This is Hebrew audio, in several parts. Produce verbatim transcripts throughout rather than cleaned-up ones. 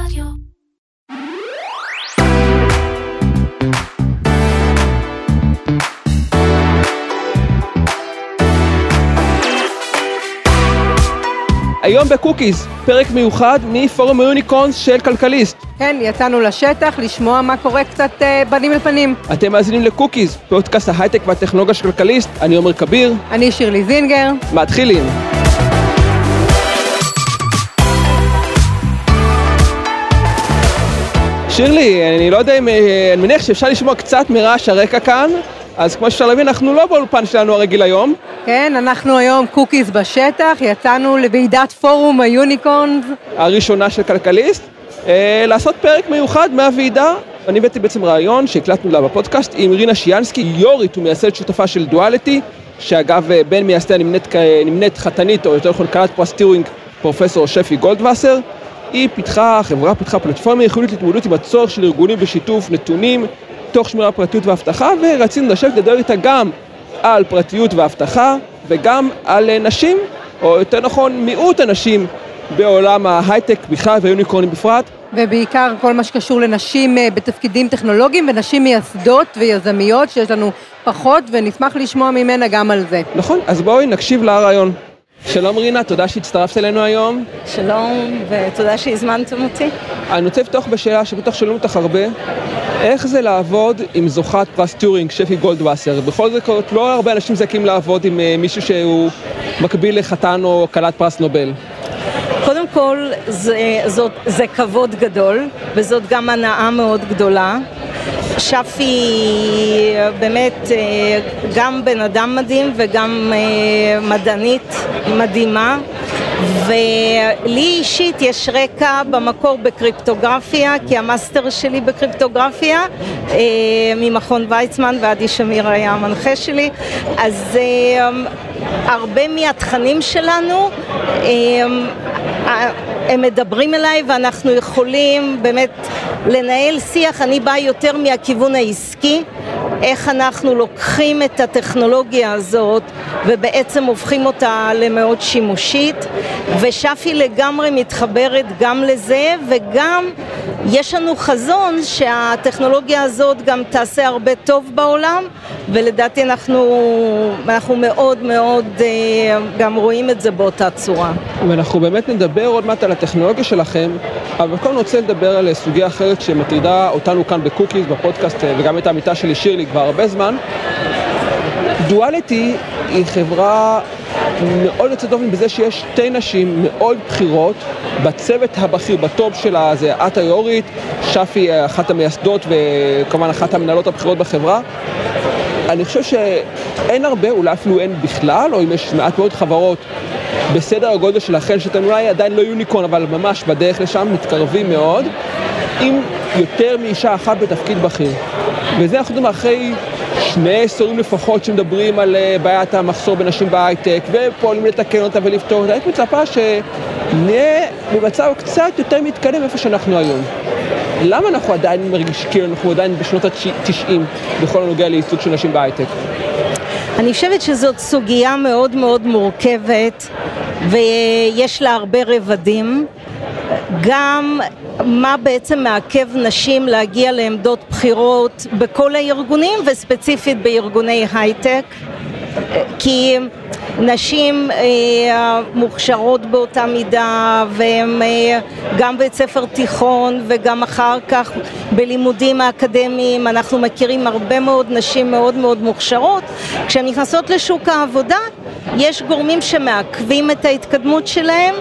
רדיו. היום בקוקיז, פרק מיוחד מפורום היוניקורנס של כלכליסט. כן, יצאנו לשטח לשמוע מה קורה קצת אה, פנים לפנים. אתם מאזינים לקוקיז, פודקאסט ההייטק והטכנולוגיה של כלכליסט. אני עומר כביר. אני שירלי זינגר. מתחילים. שירלי, אני לא יודע אם, אני מניח שאפשר לשמוע קצת מרעש הרקע כאן, אז כמו שאפשר להבין, אנחנו לא באולפן שלנו הרגיל היום. כן, אנחנו היום קוקיז בשטח, יצאנו לוועידת פורום היוניקורנס. הראשונה של כלכליסט, אה, לעשות פרק מיוחד מהוועידה. אני הבאתי בעצם רעיון שהקלטנו לה בפודקאסט עם רינה שיאנסקי, יורית ומייסדת שותפה של דואליטי, שאגב בין מייסדיה נמנית, נמנית חתנית, או יותר נכון כלת פרס טיורינג, פרופסור שפי גולדווסר. היא פיתחה, החברה פיתחה פלטפורמה ייחודית להתמודדות עם הצורך של ארגונים בשיתוף נתונים, תוך שמירה פרטיות והבטחה, ורצינו לשבת לדבר איתה גם על פרטיות והבטחה, וגם על נשים, או יותר נכון מיעוט הנשים בעולם ההייטק בכלל והיוניקורנים בפרט. ובעיקר כל מה שקשור לנשים בתפקידים טכנולוגיים, ונשים מייסדות ויזמיות שיש לנו פחות, ונשמח לשמוע ממנה גם על זה. נכון, אז בואי נקשיב לרעיון. שלום רינה, תודה שהצטרפת אלינו היום. שלום, ותודה שהזמנתם אותי. אני רוצה לפתוח בשאלה שבטח שואלים אותך הרבה, איך זה לעבוד עם זוכת פרס טיורינג, שפי גולדווסר? בכל זאת, לא הרבה אנשים זכים לעבוד עם מישהו שהוא מקביל לחתן או כלת פרס נובל. קודם כל, זה, זאת, זה כבוד גדול, וזאת גם הנאה מאוד גדולה. שפי באמת גם בן אדם מדהים וגם מדענית מדהימה, ולי אישית יש רקע במקור בקריפטוגרפיה, כי המאסטר שלי בקריפטוגרפיה ממכון ויצמן, ועדי שמיר היה המנחה שלי. אז הרבה מהתכנים שלנו הם מדברים אליי, ואנחנו יכולים באמת לנהל שיח. אני באה יותר מהכיוון העסקי, איך אנחנו לוקחים את הטכנולוגיה הזאת ובעצם הופכים אותה למאוד שימושית, ושפי לגמרי מתחברת גם לזה, וגם יש לנו חזון שהטכנולוגיה הזאת גם תעשה הרבה טוב בעולם, ולדעתי אנחנו, אנחנו מאוד מאוד גם רואים את זה באותה צורה. ואנחנו באמת נדבר עוד מעט על הטכנולוגיה שלכם, אבל קודם נוצא לדבר על סוגיה אחרת שמטרידה אותנו כאן בקוקיז, בפודקאסט, וגם את העמיתה שלי שירלי כבר הרבה זמן. דואליטי היא חברה מאוד יוצאת דופן בזה שיש שתי נשים מאוד בכירות בצוות הבכיר, בטופ שלה, זה את היורית, שפי אחת המייסדות וכמובן אחת המנהלות הבכירות בחברה. אני חושב שאין הרבה, אולי אפילו אין בכלל, או אם יש מעט מאוד חברות בסדר הגודל שלכם, שאתם אולי עדיין לא יוניקורן, אבל ממש בדרך לשם מתקרבים מאוד, עם יותר מאישה אחת בתפקיד בכיר. וזה אנחנו יודעים אחרי שני עשורים לפחות שמדברים על בעיית המחסור בנשים בהייטק, ופועלים לתקן אותה ולפתור אותה. היית מצפה שנהיה במצב קצת יותר מתקדם איפה שאנחנו היום. למה אנחנו עדיין מרגיש כאילו אנחנו עדיין בשנות ה-תשעים בכל הנוגע לייצוג של נשים בהייטק? אני חושבת שזאת סוגיה מאוד מאוד מורכבת, ויש לה הרבה רבדים. גם מה בעצם מעכב נשים להגיע לעמדות בחירות בכל הארגונים, וספציפית בארגוני הייטק, כי נשים אה, מוכשרות באותה מידה, והן אה, גם בית ספר תיכון וגם אחר כך בלימודים האקדמיים. אנחנו מכירים הרבה מאוד נשים מאוד מאוד מוכשרות. כשהן נכנסות לשוק העבודה, יש גורמים שמעכבים את ההתקדמות שלהם,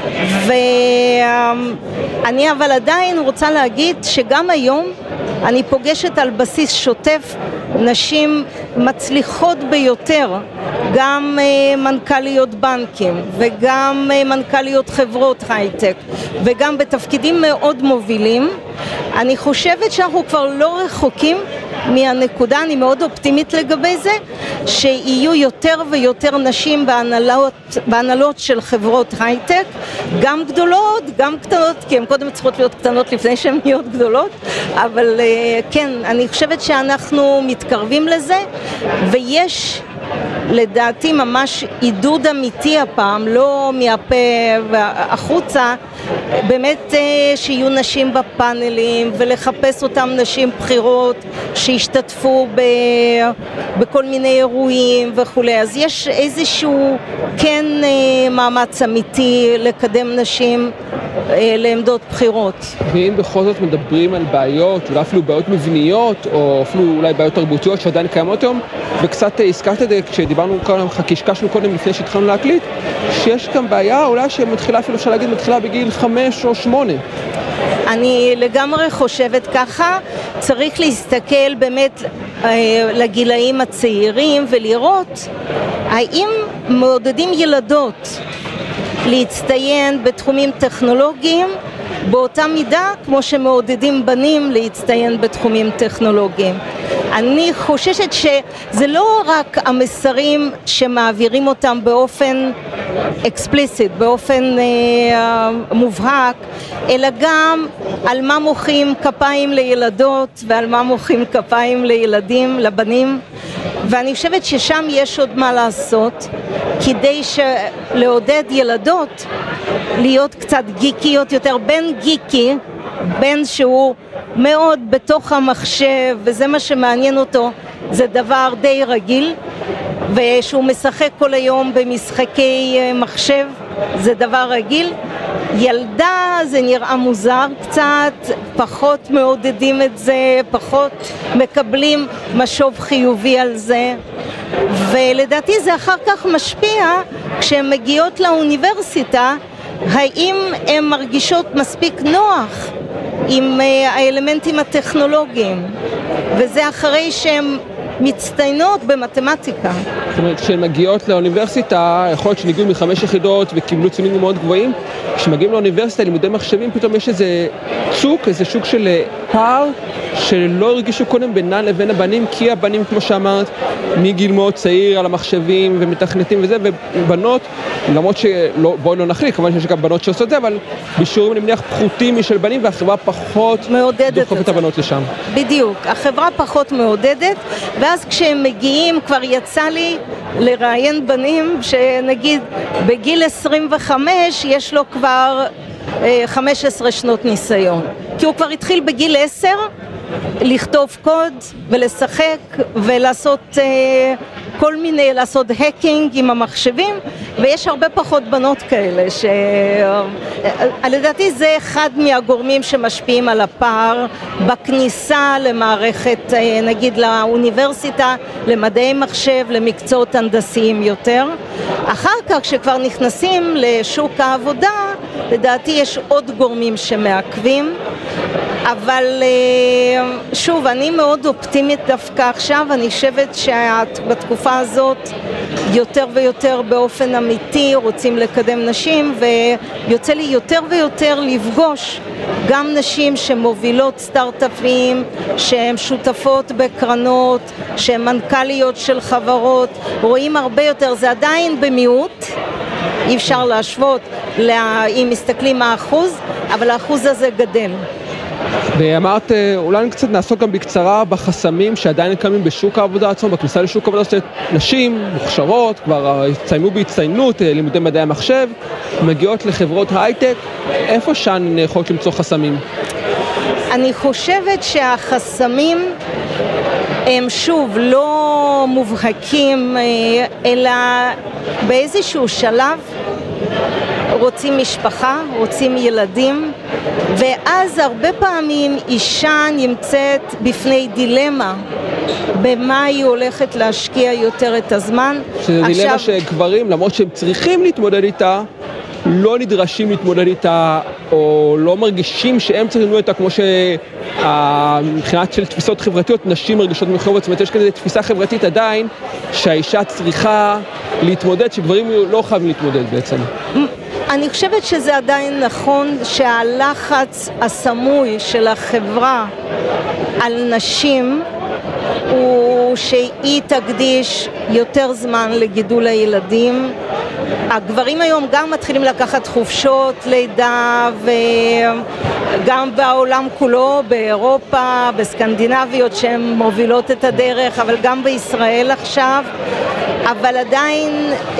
ואני אבל עדיין רוצה להגיד שגם היום אני פוגשת על בסיס שוטף נשים מצליחות ביותר, גם מנכ"ליות בנקים וגם מנכ"ליות חברות הייטק וגם בתפקידים מאוד מובילים. אני חושבת שאנחנו כבר לא רחוקים מהנקודה, אני מאוד אופטימית לגבי זה, שיהיו יותר ויותר נשים בהנהלות, בהנהלות של חברות הייטק, גם גדולות, גם קטנות, כי הן קודם צריכות להיות קטנות לפני שהן נהיות גדולות, אבל כן, אני חושבת שאנחנו מתקרבים לזה, ויש לדעתי ממש עידוד אמיתי הפעם, לא מהפה והחוצה, באמת שיהיו נשים בפאנלים ולחפש אותם נשים בחירות שישתתפו ב, בכל מיני אירועים וכולי. אז יש איזשהו כן מאמץ אמיתי לקדם נשים לעמדות בחירות. ואם בכל זאת מדברים על בעיות, אולי אפילו בעיות מבניות, או אפילו אולי בעיות תרבותיות שעדיין קיימות היום, וקצת הזכרת את זה כשדיברנו קודם, קשקשנו קודם לפני שהתחלנו להקליט, שיש כאן בעיה אולי שמתחילה, אפילו אפשר להגיד, מתחילה בגיל חמש או שמונה. אני לגמרי חושבת ככה, צריך להסתכל באמת לגילאים הצעירים ולראות האם מעודדים ילדות להצטיין בתחומים טכנולוגיים באותה מידה כמו שמעודדים בנים להצטיין בתחומים טכנולוגיים. אני חוששת שזה לא רק המסרים שמעבירים אותם באופן אקספליסיט, באופן אה, מובהק, אלא גם על מה מוחאים כפיים לילדות ועל מה מוחאים כפיים לילדים, לבנים, ואני חושבת ששם יש עוד מה לעשות כדי לעודד ילדות להיות קצת גיקיות יותר, בן גיקי, בן שהוא מאוד בתוך המחשב וזה מה שמעניין אותו, זה דבר די רגיל, ושהוא משחק כל היום במשחקי מחשב, זה דבר רגיל. ילדה זה נראה מוזר קצת, פחות מעודדים את זה, פחות מקבלים משוב חיובי על זה, ולדעתי זה אחר כך משפיע כשהן מגיעות לאוניברסיטה, האם הן מרגישות מספיק נוח עם האלמנטים הטכנולוגיים, וזה אחרי שהן מצטיינות במתמטיקה. זאת אומרת, כשהן מגיעות לאוניברסיטה, יכול להיות שניגעו מחמש יחידות וקיבלו ציונים מאוד גבוהים, כשמגיעים לאוניברסיטה, לימודי מחשבים, פתאום יש איזה צוק, איזה שוק של פער, שלא הרגישו קודם בינן לבין הבנים, כי הבנים, כמו שאמרת, מגיל מאוד צעיר על המחשבים ומתכנתים וזה, ובנות, למרות שלא, בואי לא נחליק, כמובן שיש גם בנות שעושות זה, אבל בשיעורים אני מניח פחותים משל בנים, והחברה פחות דוחפת את הבנות לשם. בדיוק, החברה פחות מעודדת, ואז כשהם מגיעים, כבר יצא לי לראיין בנים, שנגיד בגיל עשרים וחמש יש לו כבר חמש עשרה שנות ניסיון, כי הוא כבר התחיל בגיל עשר לכתוב קוד ולשחק ולעשות uh, כל מיני, לעשות הקינג עם המחשבים, ויש הרבה פחות בנות כאלה ש... Uh, לדעתי זה אחד מהגורמים שמשפיעים על הפער בכניסה למערכת, uh, נגיד לאוניברסיטה, למדעי מחשב, למקצועות הנדסיים יותר. אחר כך כשכבר נכנסים לשוק העבודה, לדעתי יש עוד גורמים שמעכבים, אבל שוב, אני מאוד אופטימית דווקא עכשיו. אני חושבת שבתקופה הזאת יותר ויותר באופן אמיתי רוצים לקדם נשים, ויוצא לי יותר ויותר לפגוש גם נשים שמובילות סטארט-אפים, שהן שותפות בקרנות, שהן מנכ"ליות של חברות. רואים הרבה יותר, זה עדיין במיעוט, אי אפשר להשוות אם מסתכלים האחוז, אבל האחוז הזה גדל. ואמרת, אולי קצת נעסוק גם בקצרה בחסמים שעדיין קיימים בשוק העבודה עצמו, בכניסה לשוק העבודה. זאת אומרת, נשים מוכשרות, כבר הצטיינו בהצטיינות, לימודי מדעי המחשב, מגיעות לחברות הייטק, איפה שם יכולות למצוא חסמים? אני חושבת שהחסמים הם שוב לא מובהקים, אלא באיזשהו שלב רוצים משפחה, רוצים ילדים, ואז הרבה פעמים אישה נמצאת בפני דילמה במה היא הולכת להשקיע יותר את הזמן. שזה עכשיו... דילמה שגברים, למרות שהם צריכים להתמודד איתה, לא נדרשים להתמודד איתה, או לא מרגישים שהם צריכים להתמודד איתה, כמו שמבחינת של תפיסות חברתיות, נשים מרגישות מחויבות. זאת אומרת, יש כזה תפיסה חברתית עדיין, שהאישה צריכה להתמודד, שגברים לא חייבים להתמודד בעצם. אני חושבת שזה עדיין נכון שהלחץ הסמוי של החברה על נשים הוא שהיא תקדיש יותר זמן לגידול הילדים. הגברים היום גם מתחילים לקחת חופשות לידה, וגם בעולם כולו, באירופה, בסקנדינביות שהן מובילות את הדרך, אבל גם בישראל עכשיו. אבל עדיין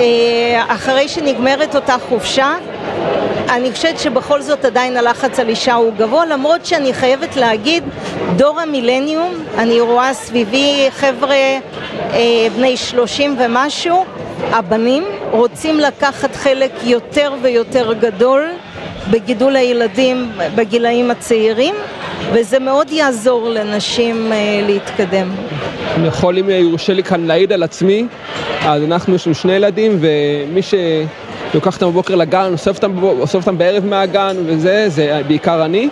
אחרי שנגמרת אותה חופשה, אני חושבת שבכל זאת עדיין הלחץ על אישה הוא גבוה, למרות שאני חייבת להגיד, דור המילניום, אני רואה סביבי חבר'ה אה, בני שלושים ומשהו, הבנים רוצים לקחת חלק יותר ויותר גדול בגידול הילדים בגילאים הצעירים, וזה מאוד יעזור לנשים אה, להתקדם. אני יכול, אם יורשה לי כאן להעיד על עצמי, אז אנחנו יש לנו שני ילדים, ומי ש... לוקח אותם בבוקר לגן, אוסף אותם, אוסף אותם בערב מהגן, וזה, זה בעיקר אני.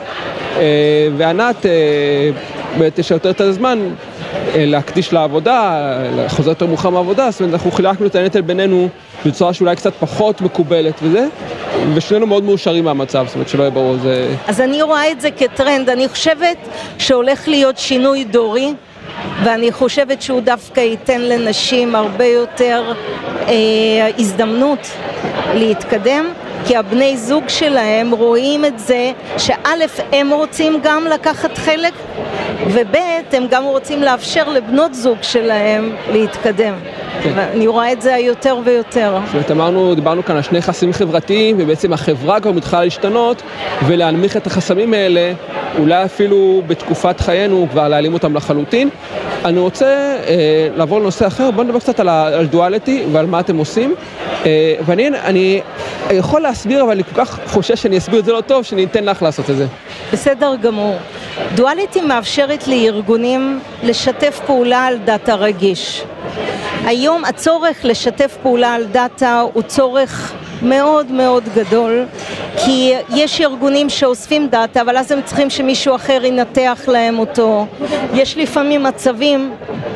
וענת, באמת יש יותר את הזמן להקדיש לעבודה, חוזר יותר מאוחר מהעבודה, זאת אומרת, אנחנו חילקנו את הנטל בינינו בצורה שאולי קצת פחות מקובלת וזה, ושנינו מאוד מאושרים מהמצב, זאת אומרת, שלא יהיה ברור, זה... אז אני רואה את זה כטרנד, אני חושבת שהולך להיות שינוי דורי, ואני חושבת שהוא דווקא ייתן לנשים הרבה יותר אה, הזדמנות להתקדם, כי הבני זוג שלהם רואים את זה שא' הם רוצים גם לקחת חלק, וב' הם גם רוצים לאפשר לבנות זוג שלהם להתקדם. כן. ואני רואה את זה יותר ויותר. זאת אומרת, אמרנו, דיברנו כאן על שני חסמים חברתיים, ובעצם החברה כבר מתחילה להשתנות, ולהנמיך את החסמים האלה, אולי אפילו בתקופת חיינו כבר להעלים אותם לחלוטין. אני רוצה אה, לעבור לנושא אחר, בואו נדבר קצת על, על דואליטי ועל מה אתם עושים. אה, ואני אני יכול להסביר, אבל אני כל כך חושש שאני אסביר את זה לא טוב, שאני אתן לך לעשות את זה. בסדר גמור. דואליטי מאפשרת לארגונים לשתף פעולה על דאטה רגיש. היום הצורך לשתף פעולה על דאטה הוא צורך מאוד מאוד גדול, כי יש ארגונים שאוספים דאטה, אבל אז הם צריכים שמישהו אחר ינתח להם אותו. יש לפעמים מצבים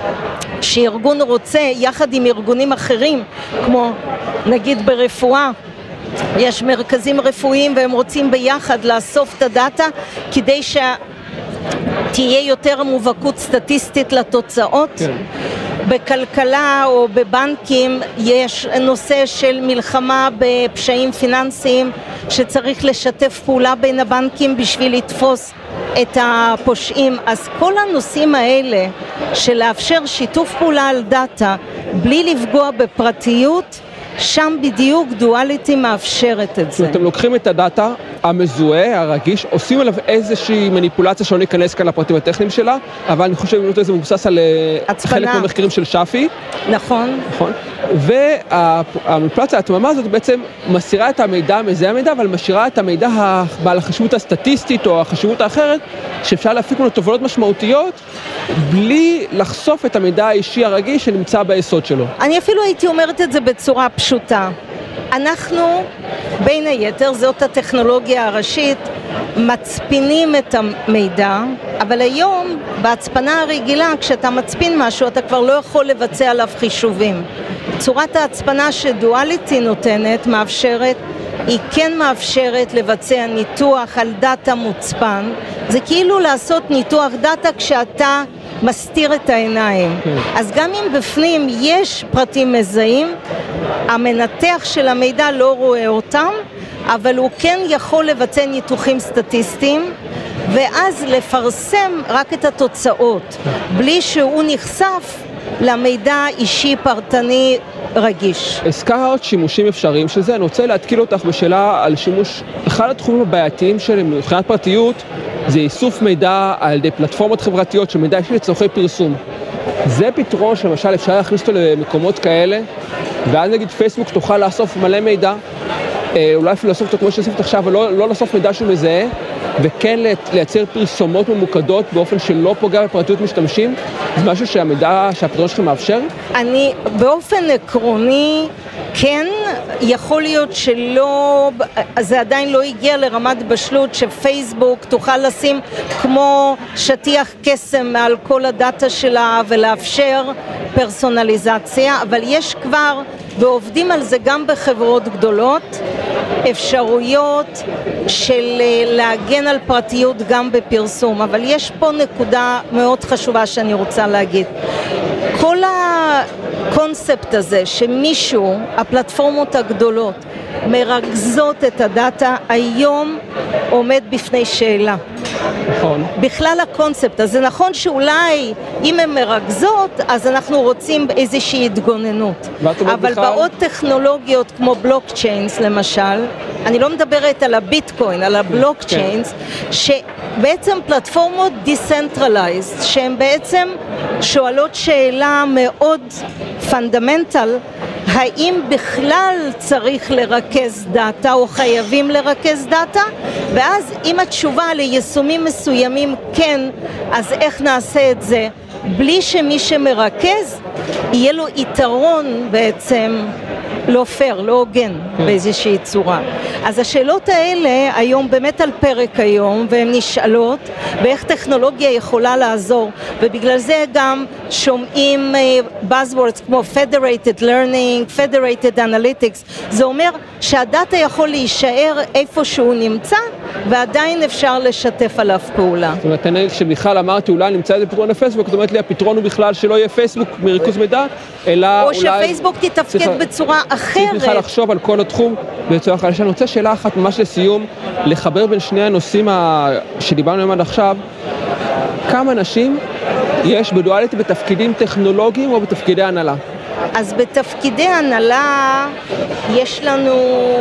שארגון רוצה, יחד עם ארגונים אחרים, כמו נגיד ברפואה, יש מרכזים רפואיים והם רוצים ביחד לאסוף את הדאטה כדי שתהיה יותר מובהקות סטטיסטית לתוצאות. כן. בכלכלה או בבנקים יש נושא של מלחמה בפשעים פיננסיים שצריך לשתף פעולה בין הבנקים בשביל לתפוס את הפושעים. אז כל הנושאים האלה של לאפשר שיתוף פעולה על דאטה בלי לפגוע בפרטיות, שם בדיוק דואליטי מאפשרת את זה. אתם לוקחים את הדאטה המזוהה, הרגיש, עושים עליו איזושהי מניפולציה שלא ניכנס כאן לפרטים הטכניים שלה, אבל אני חושב שזה מבוסס על הצפנה. חלק מהמחקרים של שפי. נכון. נכון. והמניפולציה, התממה הזאת בעצם מסירה את המידע, מזהה המידע, אבל משאירה את המידע בעל החשיבות הסטטיסטית או החשיבות האחרת, שאפשר להפיק ממנו תובנות משמעותיות, בלי לחשוף את המידע האישי הרגיש שנמצא ביסוד שלו. אני אפילו הייתי אומרת את זה בצורה פשוטה. אנחנו, בין היתר, זאת הטכנולוגיה הראשית, מצפינים את המידע, אבל היום, בהצפנה הרגילה, כשאתה מצפין משהו, אתה כבר לא יכול לבצע עליו חישובים. צורת ההצפנה שדואליטי נותנת, מאפשרת, היא כן מאפשרת לבצע ניתוח על דאטה מוצפן. זה כאילו לעשות ניתוח דאטה כשאתה מסתיר את העיניים. אז גם אם בפנים יש פרטים מזהים, המנתח של המידע לא רואה אותם, אבל הוא כן יכול לבצע ניתוחים סטטיסטיים, ואז לפרסם רק את התוצאות, בלי שהוא נחשף למידע אישי פרטני רגיש. הזכרת שימושים אפשריים של זה, אני רוצה להתקיל אותך בשאלה על שימוש, אחד התחומים הבעייתיים שלהם מבחינת פרטיות, זה איסוף מידע על ידי פלטפורמות חברתיות של מידע אישי לצורכי פרסום. זה פתרון שלמשל אפשר להכניס אותו למקומות כאלה, ואז נגיד פייסבוק תוכל לאסוף מלא מידע, אולי אפילו לאסוף אותו כמו שאספת עכשיו, אבל לא, לא לאסוף מידע שהוא מזהה, וכן לייצר פרסומות ממוקדות באופן שלא פוגע בפרטיות משתמשים. זה משהו שהמידע, שהפתרון שלכם מאפשר? אני באופן עקרוני כן, יכול להיות שלא, זה עדיין לא הגיע לרמת בשלות שפייסבוק תוכל לשים כמו שטיח קסם מעל כל הדאטה שלה ולאפשר פרסונליזציה, אבל יש כבר, ועובדים על זה גם בחברות גדולות, אפשרויות של להגן על פרטיות גם בפרסום, אבל יש פה נקודה מאוד חשובה שאני רוצה להגיד. כל הקונספט הזה שמישהו, הפלטפורמות הגדולות, מרכזות את הדאטה, היום עומד בפני שאלה. נכון. בכלל הקונספט, אז זה נכון שאולי אם הן מרכזות, אז אנחנו רוצים איזושהי התגוננות. אבל בכלל... בעוד טכנולוגיות כמו בלוקצ'יינס למשל, אני לא מדברת על הביטקוין, על הבלוקצ'יינס, כן. שבעצם פלטפורמות דיסנטרלייזד, שהן בעצם שואלות שאלה מאוד פונדמנטל, האם בכלל צריך לרכז דאטה או חייבים לרכז דאטה, ואז אם התשובה ליישומים מסוימים כן, אז איך נעשה את זה בלי שמי שמרכז יהיה לו יתרון בעצם לא פייר, לא הוגן באיזושהי צורה. אז השאלות האלה היום באמת על פרק היום, והן נשאלות, ואיך טכנולוגיה יכולה לעזור, ובגלל זה גם שומעים buzzwords כמו federated learning, federated analytics, זה אומר שהדאטה יכול להישאר איפה שהוא נמצא, ועדיין אפשר לשתף עליו פעולה. זאת אומרת, אני שבכלל אמרתי, אולי נמצא איזה פתרון לפייסבוק, זאת אומרת לי, הפתרון הוא בכלל שלא יהיה פייסבוק מריכוז מידע, אלא או אולי... או שפייסבוק תתפקד צריך, בצורה אחרת. צריך בכלל לחשוב על כל התחום בצורה חדשה. אני רוצה שאלה אחת ממש לסיום, לחבר בין שני הנושאים ה... שדיברנו היום עד עכשיו, כמה אנשים יש בדואלית בתפקידים טכנולוגיים או בתפקידי הנהלה? אז בתפקידי הנהלה יש לנו,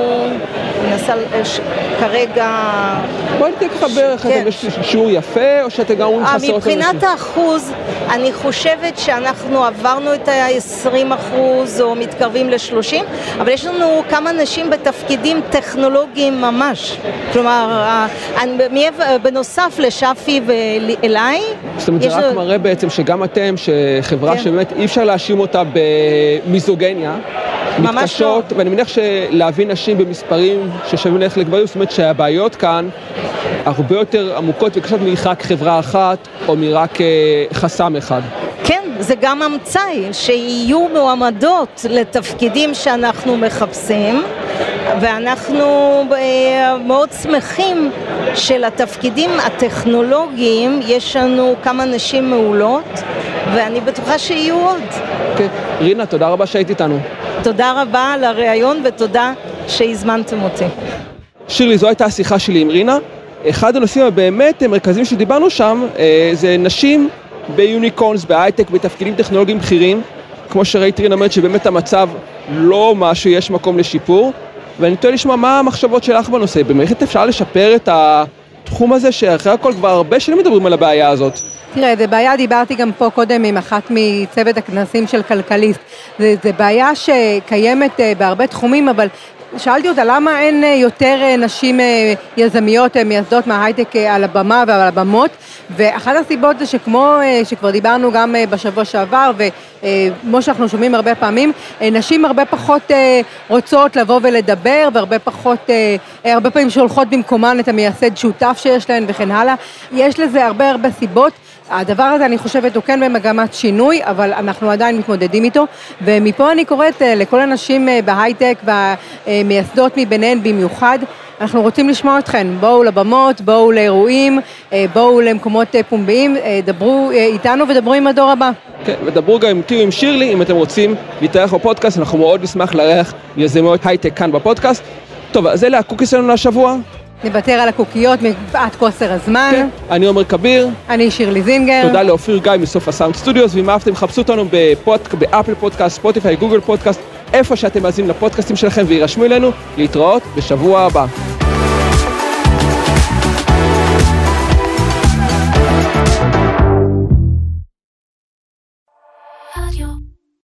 ננסה כרגע... בואי נתן לך בערך, כן. יש שיעור יפה או שאתה גם אומרים חסרות אנשים? מבחינת האחוז, אני חושבת שאנחנו עברנו את ה-עשרים אחוז או מתקרבים ל-שלושים, אבל יש לנו כמה אנשים בתפקידים טכנולוגיים ממש. כלומר, אני, בנוסף לשפי ואליי... זאת אומרת, זה רק מראה בעצם שגם אתם, שחברה כן. שבאמת אי אפשר להאשים אותה ב... מיזוגניה, מתקשות, לא. ואני מניח שלהביא נשים במספרים ששווים ללכת לגברים, זאת אומרת שהבעיות כאן הרבה יותר עמוקות וקשות מרק חברה אחת או מרק חסם אחד. כן, זה גם המצאי, שיהיו מועמדות לתפקידים שאנחנו מחפשים, ואנחנו מאוד שמחים שלתפקידים הטכנולוגיים יש לנו כמה נשים מעולות, ואני בטוחה שיהיו עוד. אוקיי, רינה, תודה רבה שהיית איתנו. תודה רבה על הרעיון ותודה שהזמנתם אותי. שירלי, זו הייתה השיחה שלי עם רינה. אחד הנושאים הבאמת מרכזיים שדיברנו שם זה נשים ביוניקורנס, בהייטק, בתפקידים טכנולוגיים בכירים. כמו שראית רינה אומרת שבאמת המצב לא משהו, יש מקום לשיפור. ואני רוצה לשמוע מה המחשבות שלך בנושא. באמת אפשר לשפר את התחום הזה שאחרי הכל כבר הרבה שנים מדברים על הבעיה הזאת. תראה, זה בעיה, דיברתי גם פה קודם עם אחת מצוות הכנסים של כלכליסט. זה, זה בעיה שקיימת בהרבה תחומים, אבל שאלתי אותה למה אין יותר נשים יזמיות מייסדות מההייטק על הבמה ועל הבמות, ואחת הסיבות זה שכמו שכבר דיברנו גם בשבוע שעבר, וכמו שאנחנו שומעים הרבה פעמים, נשים הרבה פחות רוצות לבוא ולדבר, והרבה פחות, הרבה פעמים שולחות במקומן את המייסד שותף שיש להן וכן הלאה. יש לזה הרבה הרבה סיבות. הדבר הזה אני חושבת הוא כן במגמת שינוי, אבל אנחנו עדיין מתמודדים איתו, ומפה אני קוראת לכל הנשים בהייטק והמייסדות מביניהן במיוחד, אנחנו רוצים לשמוע אתכן, בואו לבמות, בואו לאירועים, בואו למקומות פומביים, דברו איתנו ודברו עם הדור הבא. כן, ודברו גם איתי עם שירלי, אם אתם רוצים להתארח בפודקאסט, אנחנו מאוד נשמח לארח יזמיות הייטק כאן בפודקאסט. טוב, אז אלה הקוקיס שלנו לשבוע. נוותר על הקוקיות מפאת קוצר הזמן. כן, אני עומר כביר. אני שירלי זינגר. תודה לאופיר גיא מסוף הסאונד סטודיוס, ואם אהבתם חפשו אותנו בפודק, באפל פודקאסט, ספוטיפיי, גוגל פודקאסט, איפה שאתם מאזינים לפודקאסטים שלכם, וירשמו אלינו להתראות בשבוע הבא.